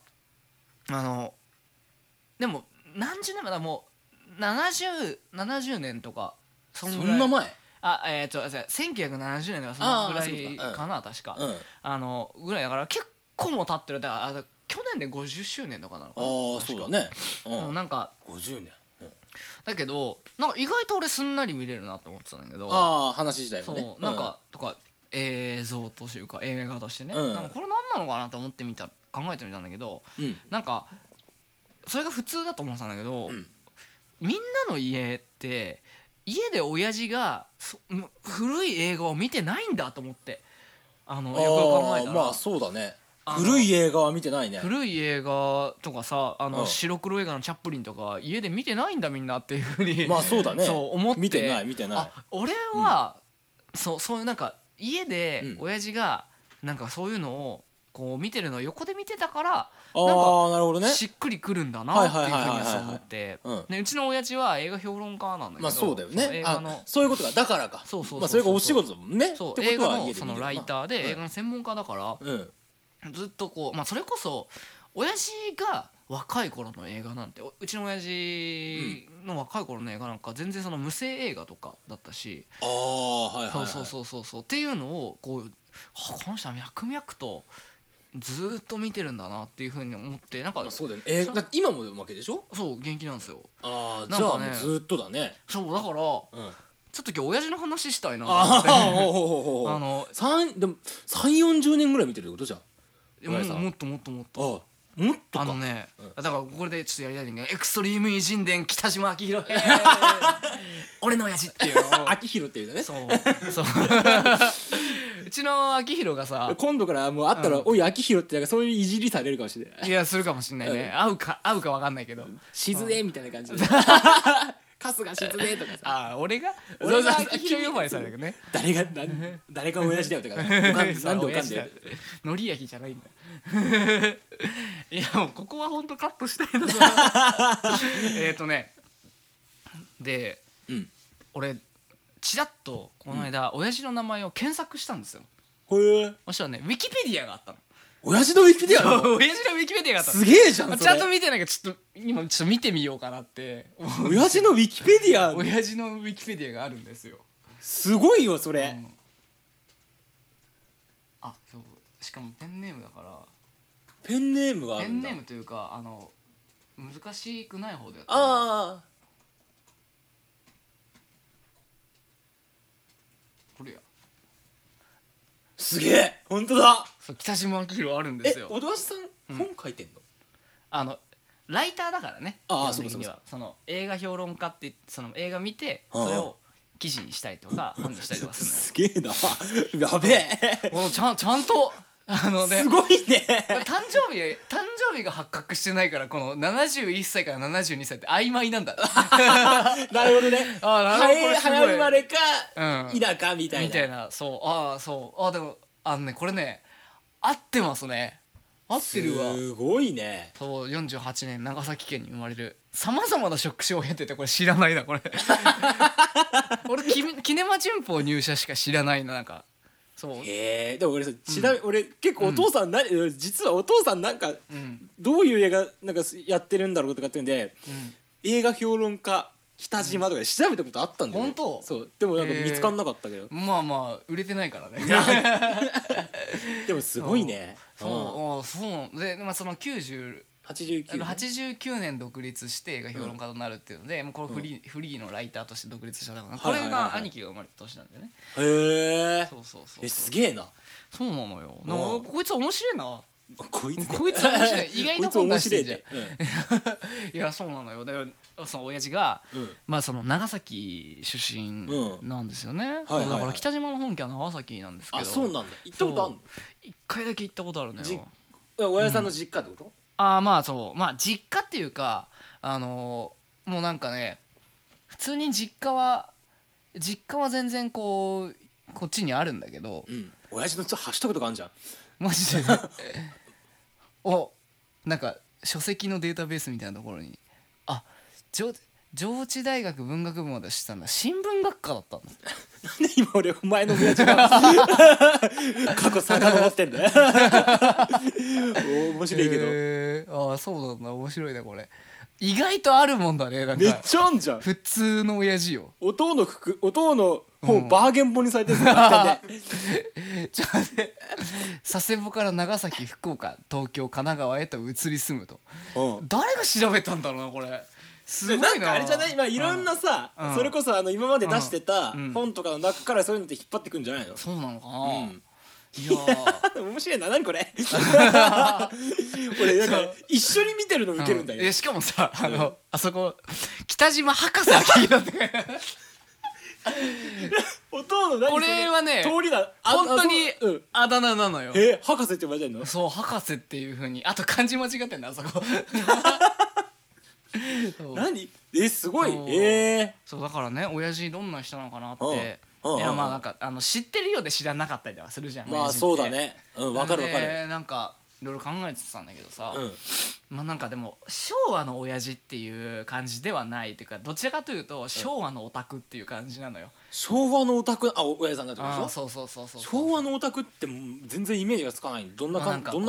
でも何十年前だもう70年とかそんな前 1970年とかそのぐらいかな確かぐらいだから結構も経ってるだから去年で50周年とかなのかなそうだねなんか 50年だけどなんか意外と俺すんなり見れるなと思ってたんだけど話自体もねそうなんかとか映像というか映画としてねなんかこれ何なのかなと思って考えてみたんだけどなんかそれが普通だと思ってたんだけどみんなの家って家で親父が古い映画を見てないんだと思ってよく考えたらまあそうだね古い映画は見てないね古い映画とかさ白黒映画のチャップリンとか家で見てないんだみんなっていうふうにまあそうだねそう思って見てない俺はそういうなんか家で親父がなんかそういうのをこう見てるのを横で見てたからなんかしっくりくるんだなっていうふうに思ってうちの親父は映画評論家なんだけどそうだよねそういうことがだからかそれがお仕事だもんね映画のそのライターで映画の専門家だからずっとこうそれこそ親父が若い頃の映画なんてうちの親父の若い頃の映画なんか全然その無声映画とかだったしそうっていうのをこうこの人は脈々とずっと見てるんだなっていうふうに思ってなんかそうだよねだって今もわけでしょそう元気なんですよじゃあずっとだねそうだからちょっと今日親父の話したいなでも30-40年ぐらい見てるってことじゃんもっともっとかだからこれでちょっとやりたいんだけどエクストリーム偉人伝北島明宏俺の親父っていうのを明宏っていうねそううちの明宏がさ今度からもう会ったら「おい明宏」ってなんかそういういじりされるかもしれないいやするかもしれないね会うか分かんないけど静江みたいな感じで春日静江とかさ俺が明宏呼ばれされたけどね誰が親父だよとかなんでおかんでのり焼きじゃないんだいやもうここはほんとカットしたいのさで俺ちらっとこの間親父の名前を検索したんですよそしたらねウィキペディアがあったの親父のウィキペディア親父のウィキペディアがあったのすげえじゃんちゃんと見てないけど今ちょっと見てみようかなって親父のウィキペディア親父のウィキペディアがあるんですよすごいよそれそうしかもペンネームだからペンネームがあるんだペンネームというか難しくない方でやったこれやすげえ本当だ北島明宏あるんですよおどわしさん本書いてんのライターだからねそうその映画評論家ってその映画見てそれを記事にしたりとか本にしたりとかするのよ。 すげえなやべえちゃんとね、 すごいね誕生日が発覚してないからこの71歳から72歳って曖昧なんだなるほどね早生まれか否かみたいなそうでもねこれね合ってますね。合ってるわ。 すごいね。 そう48年長崎県に生まれるさまざまな職種を経ててこれ知らないなこれ俺キネマ旬報入社しか知らないななんかそうでも俺さ俺結構お父さん実はお父さんなんかどういう映画なんかやってるんだろうとかってんで映画評論家北島とかで調べたことあったんだよね。 本当？ そうでもなんか見つかんなかったけどまあ売れてないからねでもすごいね。 そうでその89年独立して映画評論家となるっていうのでもうこれフリーのライターとして独立したからこれが兄貴が生まれた年なんだよね。 へえ。 そうすげえな。 そうなのよ。こいつ面白いな。 こいつ面白い。意外と本出してんじゃん。いやそうなのよ。でその親父がその長崎出身なんですよね。だから北島の本家は長崎なんですけど。 あそうなんだ。行ったことあるの ？1回だけ行ったことあるのよ。 親父さんの実家ってこと？ 実家っていうかもうなんかね普通に実家は全然こっちにあるんだけど、 親父の走ったことがあるじゃんマジでなんか書籍のデータベースみたいなところに上智大学文学部まで知ったんだ。新聞学科だったんだなんで今俺お前の親父が過去遡ってんだよ面白いけどそうなんだ。面白いねこれ。意外とあるもんだね。なんかめっちゃあんじゃん。 普通の親父よ。 音の本バーゲン本にされてるんですよ佐世保から長崎福岡東京神奈川へと移り住むと。誰が調べたんだろうなこれ。すごいな。 なんかあれじゃない、いろんなさそれこそ今まで出してた本とかの中からそういうのって引っ張ってくんじゃないの？ そうなのかな。 いや面白いな。何これ俺なんか一緒に見てるの受けるんだよ。 しかもさあそこ北島博士が聞いたってこれはね通りだ本当にあだ名なのよ。 博士って呼ばれてんの？ そう博士っていう風に。あと漢字間違ってんだあそこ何すごい。 そうだからね親父どんな人なのかなってなんか知ってるようで知らなかったりとかするじゃん。 そうだね。わかるわかる。 なんかいろいろ考えてたんだけどさなんかでも昭和の親父っていう感じではないっていうかどちらかというと昭和のオタクっていう感じなのよ。 昭和のオタク親父さんがってことでしょ？ そう昭和のオタクって全然イメージがつかない。どんな感じ？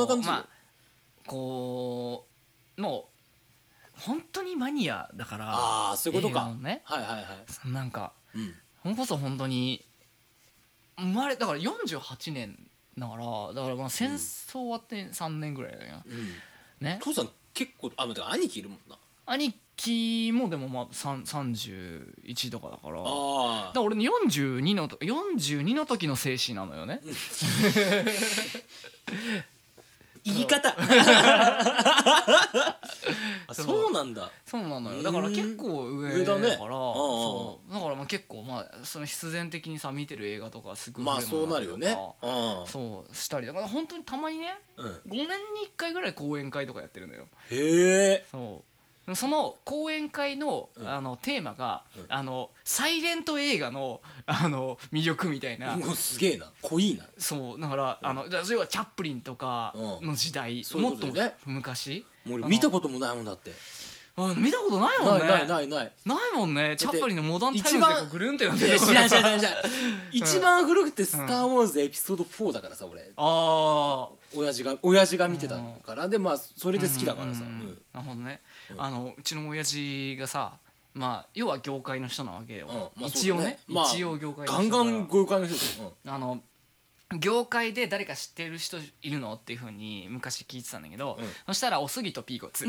もう本当にマニアだからそういうことか。 なんか本当に生まれだから48年だから戦争終わって3年ぐらいだよね。 父さん結構兄貴いるもんな。 兄貴もでも31とかだから俺42の時の精子なのよね言い方そうなんだ。 そうなのよ。だから結構上だからだから結構その必然的にさ見てる映画とかすごいそうなるよね。 そうしたりだから本当にたまにね5年に1回ぐらい講演会とかやってるのよ。その講演会のテーマがサイレント映画の魅力みたいな。 すげえな。濃いな。 そうだから要はチャップリンとかの時代もっと昔俺見たこともないもんだって。 見たことないもんね。 ないもんね。チャップリンのモダンタイムズでぐるんってなってる。 知らん一番古くてスター・ウォーズエピソード4だからさ俺。親父が見てたからでそれで好きだからさ。 なるほどね。うちの親父がさ要は業界の人なわけよ。一応ね一応業界の人。 ガン業界の人。 業界で誰か知ってる人いるのっていう風に昔聞いてたんだけどそしたらおすぎとピーコ2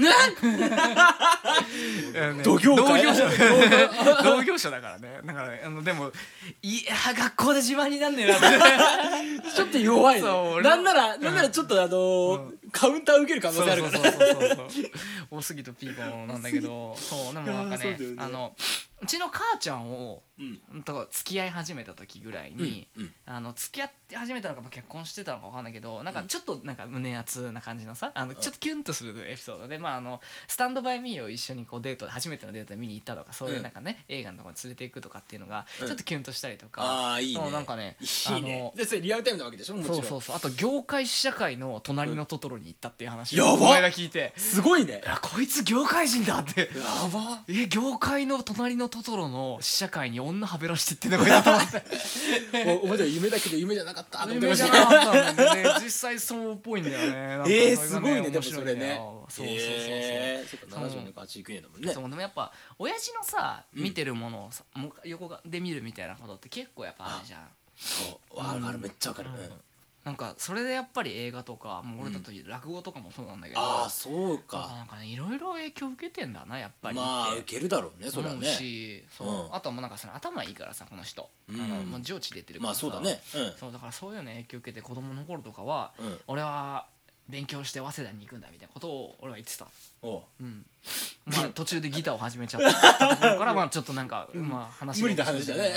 同業者だからね。だからでも学校で自慢になんねえなってちょっと弱いね。なんならちょっとカウンター受ける可能性あるから。 おすぎとピーコなんだけどそうでもなんかねうちの母ちゃんを、と付き合い始めた時ぐらいに、付き合って始めたのか結婚してたのか分かんないけど、なんかちょっとなんか胸熱な感じのさ、ちょっとキュンとするエピソードで、スタンドバイミーを一緒にこうデート、初めてのデートで見に行ったとか、そういうなんかね、映画のところに連れていくとかっていうのがちょっとキュンとしたりとか、 いいね、 なんかね、 いいね。でそれリアルタイムなわけでしょ、もちろん。 そうあと業界試写会の隣のトトロに行ったっていう話をこの間聞いて、 すごいね。 こいつ業界人だって。 やば。 業界の隣のトトロの試写会に女はべらしてってんのかなと思ってお前は夢だけど夢じゃなかったって夢じゃなかったんだね。実際そうっぽいんだよね。 すごいね。でもそれね。 そう 70年か89年だもんね。 そうでもやっぱ親父のさ見てるものをさ横で見るみたいなことって結構やっぱあるじゃん。 そうわかる、めっちゃわかる。 なんかそれでやっぱり映画とかもう俺だと落語とかもそうなんだけど、 そうか、 なんかねいろいろ影響受けてんだなやっぱり。 受けるだろうね、それはね。 あとはもうなんかその頭いいからさこの人、上智出てるからさ。 そうだね。 そうだからそういうの影響受けて子供の頃とかは俺は勉強して早稲田に行くんだみたいなことを俺は言ってた。途中でギターを始めちゃったところからちょっとなんか話無理な話だね。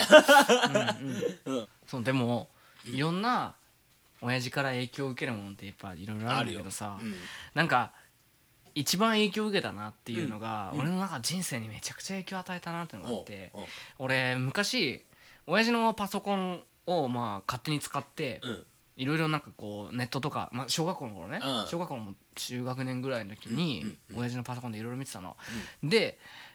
そうでもいろんな親父から影響を受けるものってやっぱいろいろあるんだけどさ、なんか一番影響を受けたなっていうのが、俺の中人生にめちゃくちゃ影響を与えたなっていうのがあって、俺昔親父のパソコンを勝手に使っていろいろなんかこうネットとか、小学校の頃ね、小学校の中学年ぐらいの時に親父のパソコンでいろいろ見てたの。で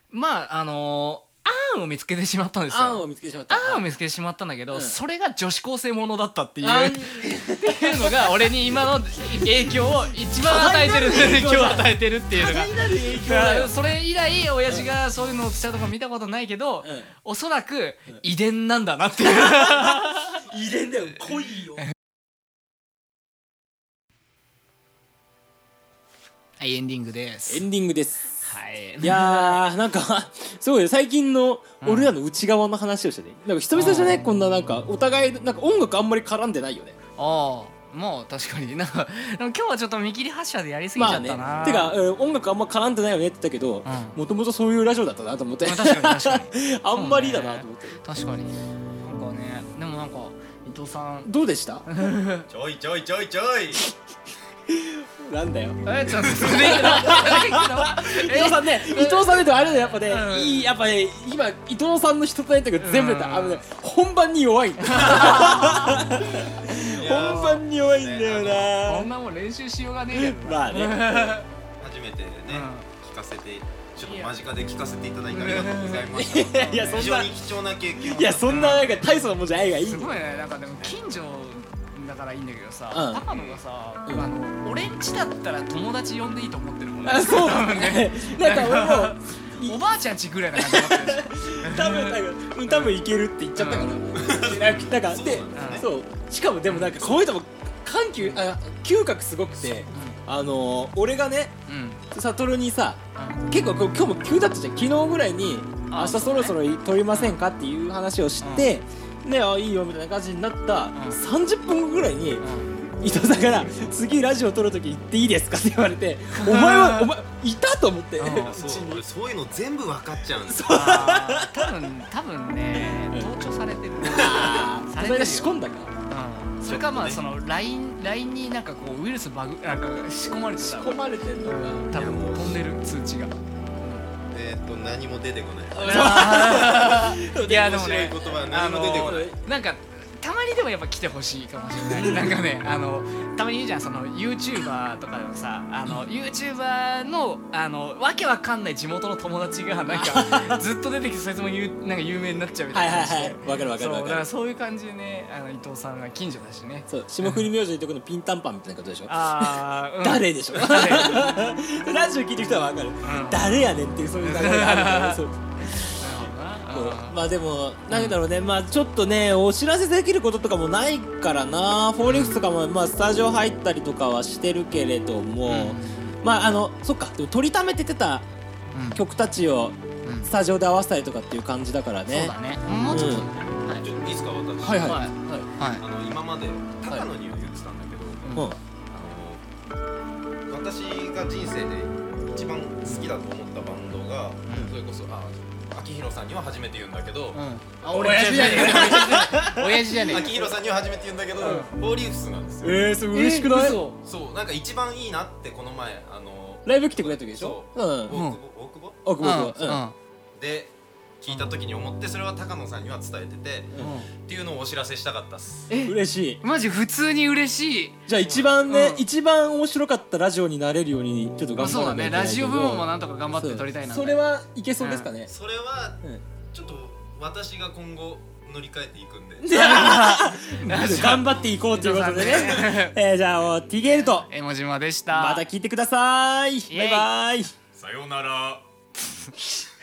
案を見つけてしまったんですよ。案を見つけてしまったんだけど、それが女子高生ものだったっていうっていうのが俺に今の影響を一番与えてる影響を与えてるっていうのが、それ以来親父がそういうのをしたとか見たことないけど、おそらく遺伝なんだなっていう遺伝だよ、濃いよ。 はい、エンディングです。はい、 いやなんかすごい最近の俺らの内側の話をしてね、なんか久々じゃね、こんななんかお互いなんか音楽あんまり絡んでないよね。 確かになんか今日はちょっと見切り発車でやりすぎちゃったな。 てか音楽あんま絡んでないよねって言ったけど、もともとそういうラジオだったなと思って。 確かにあんまりだなと思って。 確かになんかね、でもなんか伊藤さんどうでした？ ちょいなんだよ。 ちょっと伊藤さんね、伊藤さんね、でもあれだよ、やっぱね、やっぱね、今伊藤さんの人となりとか全部だ、本番に弱い。本番に弱いんだよな。 こんなもん練習しようがねえやろ。 初めてね聞かせて、ちょっと間近で聞かせていただいてありがとうございました。 いや、そんな非常に貴重な経験。 いや、そんななんか大層なもんじゃないがいい。 すごいね、なんかでも近所だからいいんだけどさ、高野がさ、俺んちだったら友達呼んでいいと思ってるもんね。 そうだね。なんか俺もおばあちゃんちぐらいな感じになってるし、 多分いけるって言っちゃったから。なんかで、そうしかもでもなんかこういうのも嗅覚すごくて、俺がね、悟にさ、結構今日も急だったじゃん。昨日ぐらいに明日そろそろ撮りませんかっていう話をして、ね、いいよみたいな感じになった30分後ぐらいに伊藤さんから「次ラジオ撮るとき行っていいですか?」って言われて、お前いたと思って。 そういうの全部分かっちゃうんですよ。 多分ね、盗聴されてる。 それが仕込んだか。 それかその LINE になんかこうウイルスなんか仕込まれてた。 仕込まれてるのが多分飛んでる通知が。 何も出てこない。 いやでもね、 言葉は何も出てこない。 なんかたまにでもやっぱ来てほしいかもしれない。なんかね、たまにいいじゃん、その YouTuber とかでもさ、YouTuber のわけわかんない地元の友達がなんかずっと出てきて、そいつもなんか有名になっちゃうみたいな感じで。 わかる。 だからそういう感じでね、伊藤さんが近所だしね。 そう、霜降り明星のとこのピンタンパンみたいなことでしょ。誰でしょ。ラジオ聞いてる人はわかる。誰やねんっていう、そういう流れがあるから。でもなんだろうね、ちょっとねお知らせできることとかもないからな。フォーリックスとかもスタジオ入ったりとかはしてるけれども、そっか、でも取りためてた曲たちをスタジオで合わせたりとかっていう感じだからね。 そうだね。もうちょっといいですか、私。今まで高野には言ってたんだけど、私が人生で一番好きだと思ったバンドがが、それこそ秋広さんには初めて言うんだけど、 俺親父じゃねえ親父じゃねえ秋広さんには初めて言うんだけど、フォーリーフスなんですよ。 それ嬉しくない？ そうなんか一番いいなってこの前ライブ来てくれた時でしょ。 大久保で聞いた時に思って、それは高野さんには伝えててっていうのをお知らせしたかったっす。 嬉しい。 マジ普通に嬉しい。 じゃあ一番面白かったラジオになれるようにちょっと頑張らないといけないけど。 そうだね、ラジオ部門もなんとか頑張って撮りたいな。 それはいけそうですかね。 それはちょっと私が今後乗り換えていくんで頑張っていこうということでね。じゃあティゲールとエモジマでした。 また聞いてください。バイバイ。 さようなら。